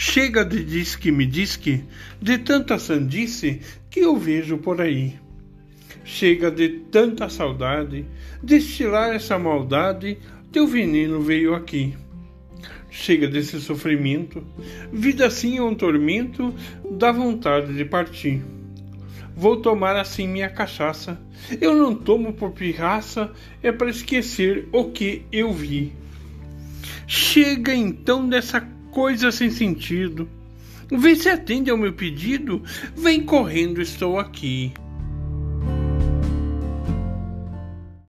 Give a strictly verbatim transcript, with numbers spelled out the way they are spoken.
Chega de disque-me disque, de tanta sandice que eu vejo por aí. Chega de tanta saudade, destilar essa maldade, teu veneno veio aqui. Chega desse sofrimento, vida assim é um tormento, dá vontade de partir. Vou tomar assim minha cachaça, eu não tomo por pirraça, é para esquecer o que eu vi. Chega então dessa coisa sem sentido, vê se atende ao meu pedido, vem correndo, estou aqui.